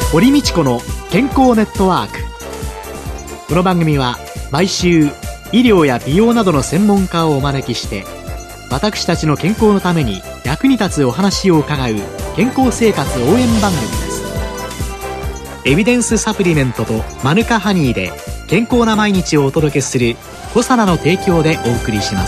堀道子の健康ネットワーク。この番組は毎週医療や美容などの専門家をお招きして、私たちの健康のために役に立つお話を伺う健康生活応援番組です。エビデンスサプリメントとマヌカハニーで健康な毎日をお届けするコサナの提供でお送りします。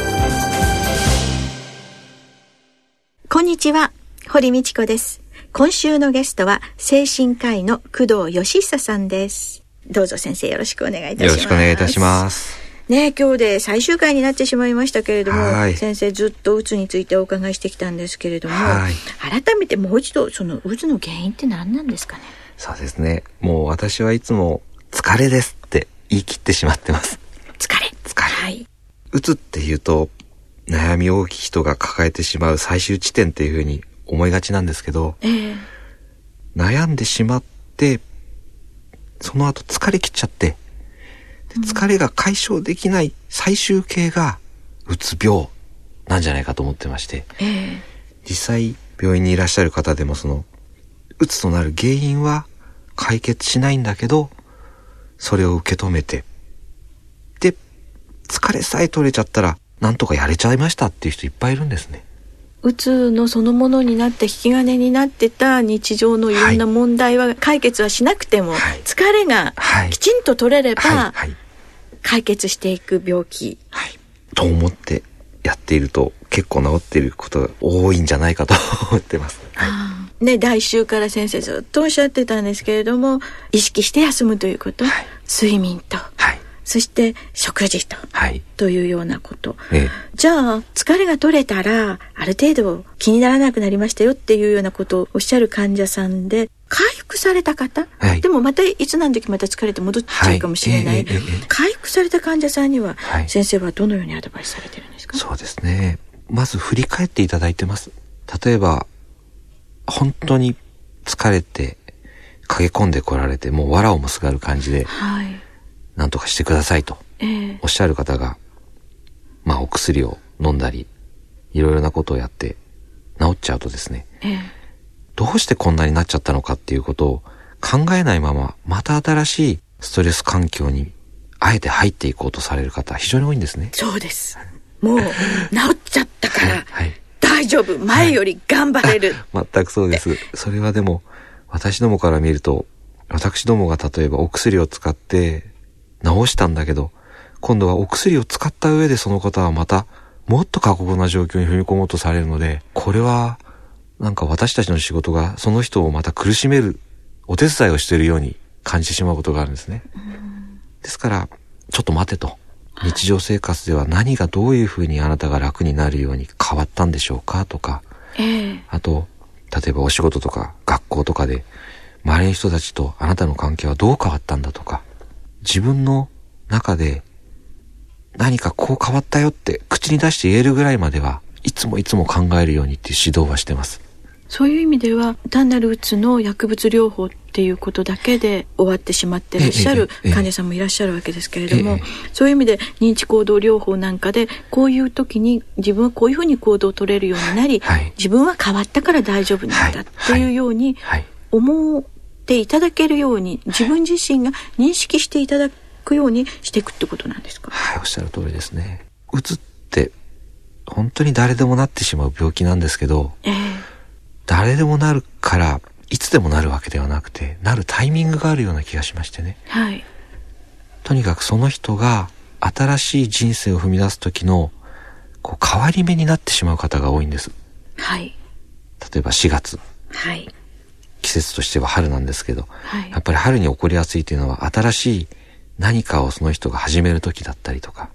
こんにちは、堀道子です。今週のゲストは精神科医の工藤義久さんです。どうぞ先生、よろしくお願いいたします。 よろしくお願いいたします。 ね、今日で最終回になってしまいましたけれども、先生ずっとうつについてお伺いしてきたんですけれども、改めてもう一度そのうつの原因って何なんですかね。 そうですね、もう私はいつも疲れですって言い切ってしまってます。 疲れ、はい、 うつっていうと悩み大きい人が抱えてしまう最終地点っていうふうに思いがちなんですけど、悩んでしまってその後疲れ切っちゃって、で疲れが解消できない最終形がうつ病なんじゃないかと思ってまして、実際病院にいらっしゃる方でもそのうつとなる原因は解決しないんだけど、それを受け止めて、で疲れさえ取れちゃったらなんとかやれちゃいましたっていう人いっぱいいるんですね。 うつのそのものになって引き金になってた日常のいろんな問題は解決はしなくても、疲れがきちんと取れれば解決していく病気、 と思ってやっていると結構治っていることが多いんじゃないかと思ってます。 ね、来週から先生ずっとおっしゃってたんですけれども、意識して休むということ、睡眠と、そして食事と、というようなこと、じゃあ疲れが取れたらある程度気にならなくなりましたよっていうようなことをおっしゃる患者さんで、回復された方、でもまたいつ何時また疲れて戻っちゃうかもしれない、回復された患者さんには、先生はどのようにアドバイスされてるんですか。 そうですね、まず振り返っていただいてます。例えば本当に疲れて駆け込んでこられて、もう藁をもすがる感じで、なんとかしてくださいとおっしゃる方が、お薬を飲んだりいろいろなことをやって治っちゃうとですね、どうしてこんなになっちゃったのかっていうことを考えないまま、また新しいストレス環境にあえて入っていこうとされる方非常に多いんですね。 そうです、もう治っちゃったから大丈夫、前より頑張れる、 全くそうです。それはでも私どもから見ると、私どもが例えばお薬を使って治したんだけど、今度はお薬を使った上でその方はまたもっと過酷な状況に踏み込もうとされるので、これはなんか私たちの仕事がその人をまた苦しめるお手伝いをしているように感じてしまうことがあるんですね。ですからちょっと待てと、日常生活では何がどういうふうにあなたが楽になるように変わったんでしょうかとか、あと例えばお仕事とか学校とかで周りの人たちとあなたの関係はどう変わったんだとか、自分の中で何かこう変わったよって口に出して言えるぐらいまではいつも考えるようにっていう指導はしてます。 そういう意味では単なるうつの薬物療法っていうことだけで終わってしまっていらっしゃる患者さんもいらっしゃるわけですけれども、そういう意味で認知行動療法なんかでこういう時に自分はこういうふうに行動を取れるようになり、自分は変わったから大丈夫なんだっていうように思っていただけるように、自分自身が認識していただくようにしていくってことなんですか。 おっしゃる通りですね。うつって本当に誰でもなってしまう病気なんですけど、誰でもなるからいつでもなるわけではなくて、なるタイミングがあるような気がしましてね、とにかくその人が新しい人生を踏み出す時の変わり目になってしまう方が多いんです。例えば4月、季節としては春なんですけど、やっぱり春に起こりやすいというのは新しい何かをその人が始める時だったりとか、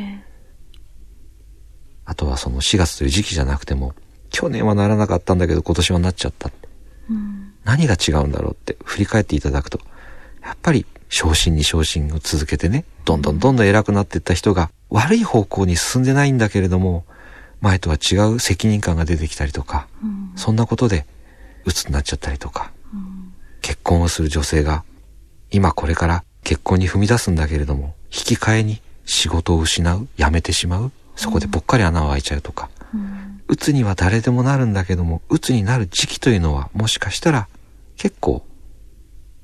あとはその4月という時期じゃなくても、去年はならなかったんだけど今年はなっちゃった、何が違うんだろうって振り返っていただくと、やっぱり昇進に昇進を続けてね、どんどん偉くなっていった人が悪い方向に進んでないんだけれども、前とは違う責任感が出てきたりとか、そんなことでうつになっちゃったりとか、結婚をする女性が今これから結婚に踏み出すんだけれども、引き換えに仕事を失う、辞めてしまう、そこでぽっかり穴が開いちゃうとか、うつには誰でもなるんだけども、うつになる時期というのはもしかしたら結構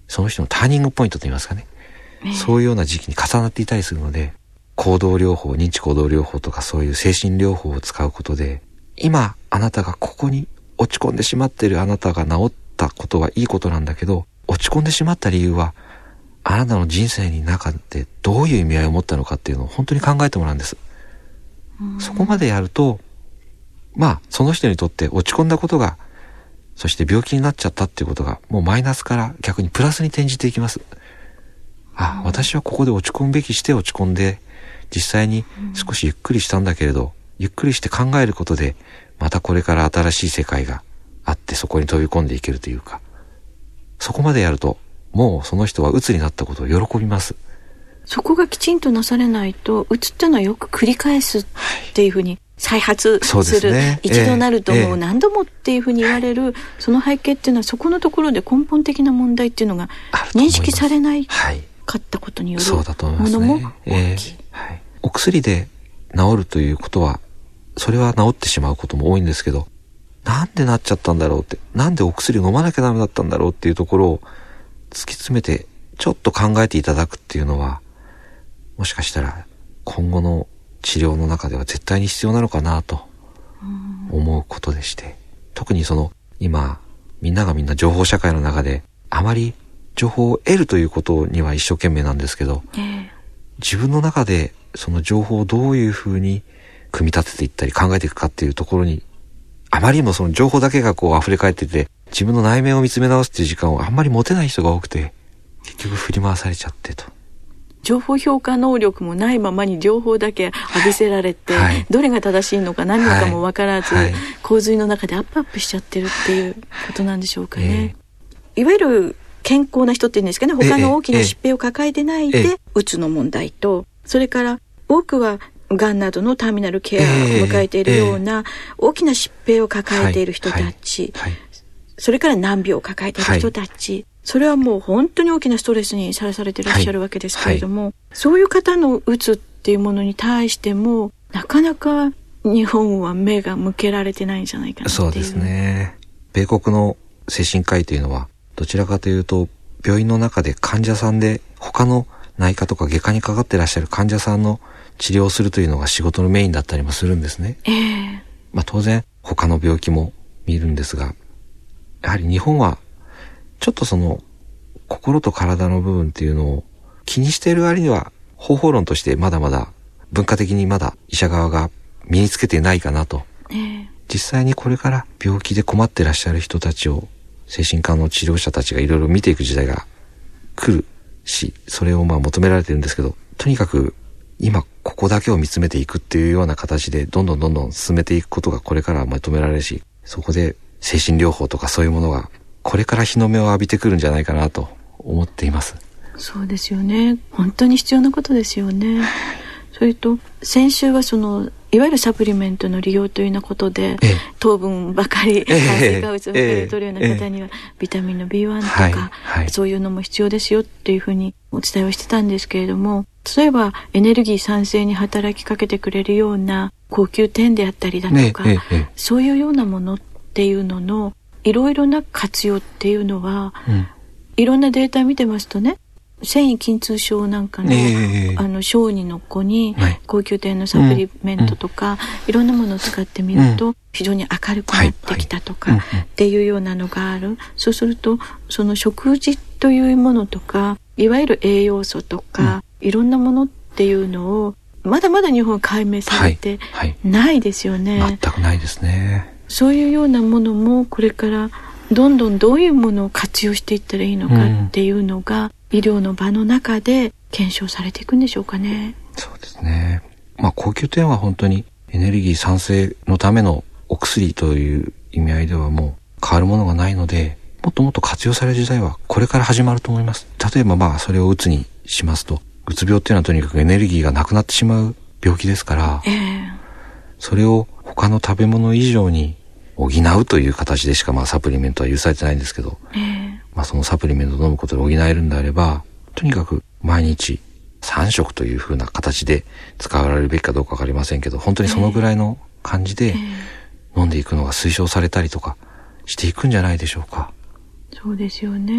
その人のターニングポイントといいますかね、そういうような時期に重なっていたりするので、行動療法、認知行動療法とかそういう精神療法を使うことで、今あなたがここに落ち込んでしまっているあなたが治ったことはいいことなんだけど、落ち込んでしまった理由はあなたの人生の中でどういう意味合いを持ったのかっていうのを本当に考えてもらうんです。そこまでやると、その人にとって落ち込んだことが、そして病気になっちゃったっていうことがもうマイナスから逆にプラスに転じていきます。私はここで落ち込むべきして落ち込んで、実際に少しゆっくりしたんだけれど、ゆっくりして考えることでまたこれから新しい世界があって、そこに飛び込んでいけるというか、そこまでやるともうその人は鬱になったことを喜びます。 そこがきちんとなされないと、鬱っていうのはよく繰り返すっていうふうに再発する、一度なるともう何度もっていうふうに言われる、その背景っていうのは、そこのところで根本的な問題っていうのが認識されないかったことによるものも大きい。 お薬で治るということは、それは治ってしまうことも多いんですけど、なんでなっちゃったんだろうって、なんでお薬を飲まなきゃダメだったんだろうっていうところを突き詰めてちょっと考えていただくっていうのは、もしかしたら今後の治療の中では絶対に必要なのかなと思うことでして、特に今みんながみんな情報社会の中であまり情報を得るということには一生懸命なんですけど、自分の中でその情報をどういうふうに組み立てていったり考えていくかっていうところに、あまりにもその情報だけが溢れ返ってて、自分の内面を見つめ直すっていう時間をあんまり持てない人が多くて、結局振り回されちゃってと。 情報評価能力もないままに情報だけ浴びせられて、どれが正しいのか何のかも分からず、洪水の中でアップしちゃってるっていうことなんでしょうかね。いわゆる健康な人っていうんですかね、他の大きな疾病を抱えてないで、うつの問題と、それから多くはがんなどのターミナルケアを迎えているような大きな疾病を抱えている人たち、それから難病を抱えている人たち、それはもう本当に大きなストレスにさらされていらっしゃるわけですけれども、そういう方のうつっていうものに対してもなかなか日本は目が向けられてないんじゃないかなっていう。 そうですね。米国の精神科医というのはどちらかというと、病院の中で患者さんで他の内科とか外科にかかってらっしゃる患者さんの治療をするというのが仕事のメインだったりもするんですね。当然他の病気も見るんですが、やはり日本はちょっと心と体の部分っていうのを気にしている割には、方法論としてまだまだ文化的にまだ医者側が身につけてないかなと。実際にこれから病気で困ってらっしゃる人たちを精神科の治療者たちがいろいろ見ていく時代が来るし、それを求められてるんですけど、とにかく今ここだけを見つめていくっていうような形でどんどん進めていくことがこれからは求められるし、そこで精神療法とかそういうものがこれから日の目を浴びてくるんじゃないかなと思っています。 そうですよね。本当に必要なことですよね。それと先週はいわゆるサプリメントの利用というようなことで、糖分ばかり、炭水化物ばかり取るような方には、ビタミンの B1 とか、そういうのも必要ですよっていうふうにお伝えをしてたんですけれども、例えばエネルギー産生に働きかけてくれるような高級店であったりだとか、そういうようなものっていうののいろいろな活用っていうのは、いろんなデータ見てますとね、繊維筋痛症なんかの、小児の子に高級店のサプリメントとか、いろんなものを使ってみると非常に明るくなってきたとかっていうようなのがある。そうするとその食事というものとか、いわゆる栄養素とか、いろんなものっていうのをまだまだ日本は解明されてないですよね。 全くないですね。 そういうようなものもこれからどんどんどういうものを活用していったらいいのかっていうのが、医療の場の中で検証されていくんでしょうかね。 そうですね。高級店は本当にエネルギー産生のためのお薬という意味合いではもう変わるものがないので、もっともっと活用される時代はこれから始まると思います。例えばそれをうつにしますと、うつ病っていうのはとにかくエネルギーがなくなってしまう病気ですから、それを他の食べ物以上に補うという形でしかサプリメントは許されてないんですけど、そのサプリメントを飲むことで補えるんであれば、とにかく毎日3食という風な形で使われるべきかどうかわかりませんけど、本当にそのぐらいの感じで飲んでいくのが推奨されたりとかしていくんじゃないでしょうか。 そうですよね。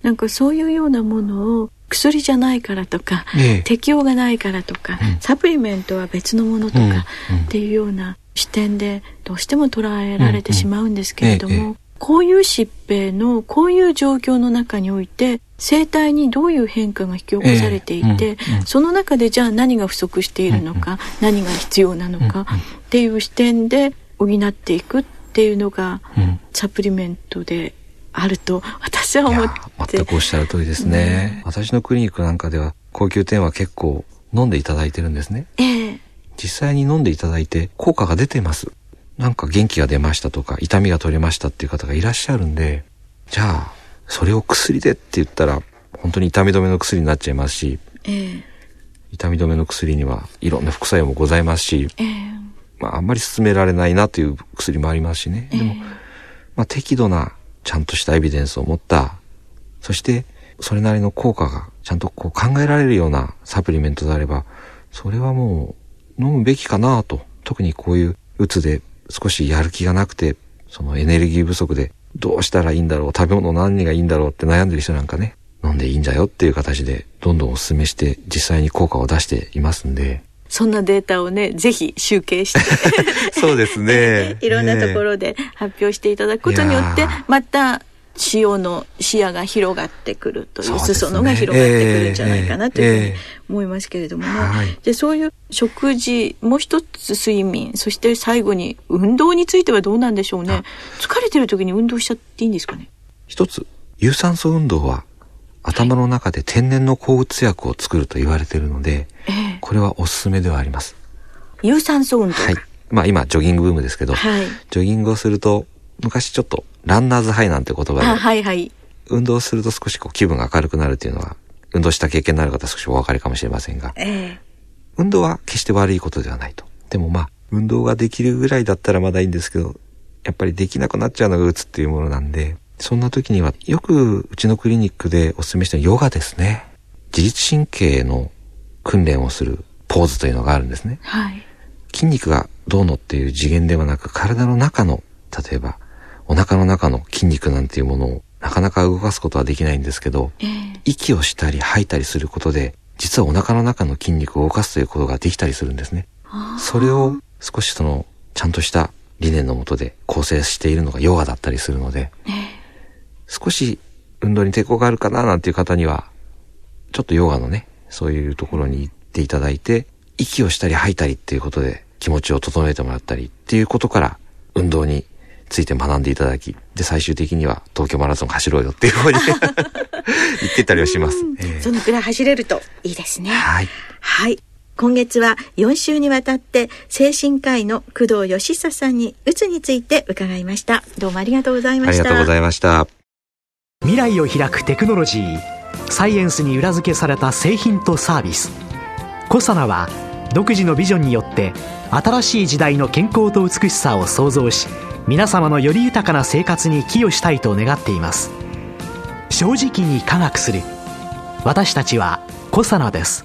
なんかそういうようなものを薬じゃないからとか、適応がないからとか、サプリメントは別のものとか、っていうような視点でどうしても捉えられてしまうんですけれども、こういう疾病のこういう状況の中において生体にどういう変化が引き起こされていて、その中でじゃあ何が不足しているのか、何が必要なのかっていう視点で補っていくっていうのが、サプリメントであると私は思って。 全くおっしゃる通りですね。私のクリニックなんかでは高級10は結構飲んでいただいてるんですね。実際に飲んでいただいて効果が出てます。なんか元気が出ましたとか痛みが取れましたっていう方がいらっしゃるんで、じゃあそれを薬でって言ったら本当に痛み止めの薬になっちゃいますし、痛み止めの薬にはいろんな副作用もございますし、あんまり勧められないなという薬もありますしね。でも、適度なちゃんとしたエビデンスを持った、そしてそれなりの効果がちゃんと考えられるようなサプリメントであれば、それはもう飲むべきかなと。特にこういううつで少しやる気がなくて、そのエネルギー不足でどうしたらいいんだろう、食べ物何がいいんだろうって悩んでる人なんかね、飲んでいいんだよっていう形でどんどんお勧めして実際に効果を出していますんで、 そんなデータをね、ぜひ集計してそうですねいろんなところで発表していただくことによって、また使用の視野が広がってくるという、裾野が広がってくるんじゃないかなというふうに思いますけれどもね。で、そういう食事、もう一つ睡眠、そして最後に運動についてはどうなんでしょうね。疲れてる時に運動しちゃっていいんですかね。 一つ、有酸素運動は頭の中で天然の抗うつ薬を作ると言われているので、これはおすすめではあります。 有酸素運動。 今ジョギングブームですけど、ジョギングをすると、昔ちょっとランナーズハイなんて言葉で、運動すると少し気分が明るくなるっていうのは、運動した経験のある方少しお分かりかもしれませんが、運動は決して悪いことではないと。でも運動ができるぐらいだったらまだいいんですけど、やっぱりできなくなっちゃうのがうつっていうものなんで、そんな時にはよくうちのクリニックでお勧めしているヨガですね。自律神経の訓練をするポーズというのがあるんですね。筋肉がどうのっていう次元ではなく、体の中の、例えばお腹の中の筋肉なんていうものをなかなか動かすことはできないんですけど、息をしたり吐いたりすることで、実はお腹の中の筋肉を動かすということができたりするんですね。それを少しちゃんとした理念のもとで構成しているのがヨガだったりするので、少し運動に抵抗があるかななんていう方には、ちょっとヨガのね、そういうところに行っていただいて、息をしたり吐いたりっていうことで気持ちを整えてもらったりっていうことから運動について学んでいただき、で最終的には東京マラソン走ろうよっていうふうに言ってたりはします。 そのくらい走れるといいですね。今月は4週にわたって精神科医の工藤義久さんにうつについて伺いました。どうもありがとうございました。 ありがとうございました。 未来を開くテクノロジー、サイエンスに裏付けされた製品とサービス。コサナは独自のビジョンによって新しい時代の健康と美しさを創造し、皆様のより豊かな生活に寄与したいと願っています。正直に科学する、私たちはコサナです。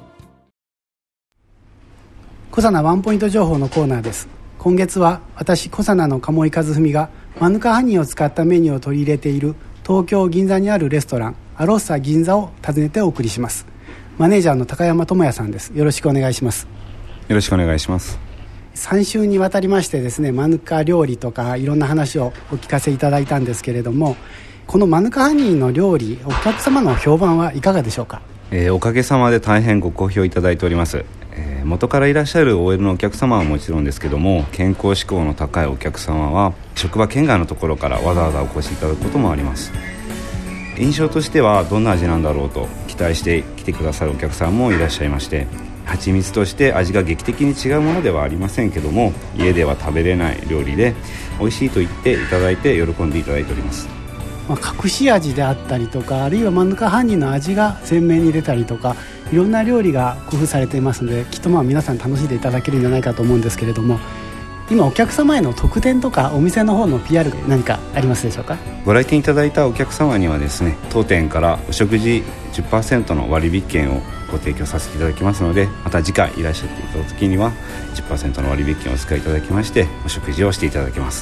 コサナワンポイント情報のコーナーです。今月は私コサナの鴨井和文がマヌカハニーを使ったメニューを取り入れている東京銀座にあるレストランアロッサ銀座を訪ねてお送りします。マネージャーの高山智也さんです。よろしくお願いします。 よろしくお願いします。 3週にわたりましてですね、マヌカ料理とかいろんな話をお聞かせいただいたんですけれども、このマヌカハニーの料理、お客様の評判はいかがでしょうか。 おかげさまで大変ご好評いただいております。元からいらっしゃる OL のお客様はもちろんですけども、健康志向の高いお客様は職場圏外のところからわざわざお越しいただくこともあります。印象としてはどんな味なんだろうと期待して来てくださるお客さんもいらっしゃいまして、蜂蜜として味が劇的に違うものではありませんけども、家では食べれない料理で美味しいと言っていただいて喜んでいただいております。 隠し味であったりとか、あるいはマヌカハニーの味が鮮明に出たりとか、いろんな料理が工夫されていますので、きっと皆さん楽しんでいただけるんじゃないかと思うんですけれども、今お客様への特典とかお店の方の PR 何かありますでしょうか。 ご来店いただいたお客様にはですね、当店からお食事 10% の割引券をご提供させていただきますので、また次回いらっしゃっていただく時には 10% の割引券をお使いいただきましてお食事をしていただけます。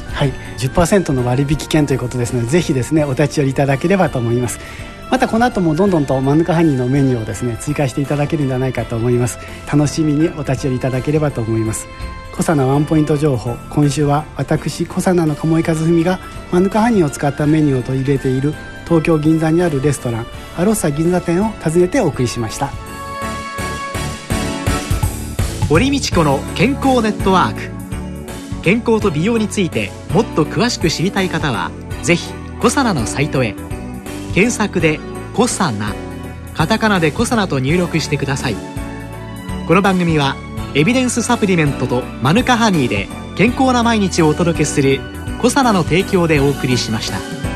はい、10% の割引券ということですので、ぜひですねお立ち寄りいただければと思います。 またこの後もどんどんとマヌカハニーのメニューをですね追加していただけるんじゃないかと思います。楽しみにお立ち寄りいただければと思います。コサナワンポイント情報、今週は私コサナの鴨井和文がマヌカハニーを使ったメニューを取り入れている東京銀座にあるレストランアロッサ銀座店を訪ねてお送りしました。 堀道子の健康ネットワーク。健康と美容についてもっと詳しく知りたい方はぜひコサナのサイトへ。検索でコサナ、カタカナでコサナと入力してください。この番組はエビデンスサプリメントとマヌカハニーで健康な毎日をお届けするコサナの提供でお送りしました。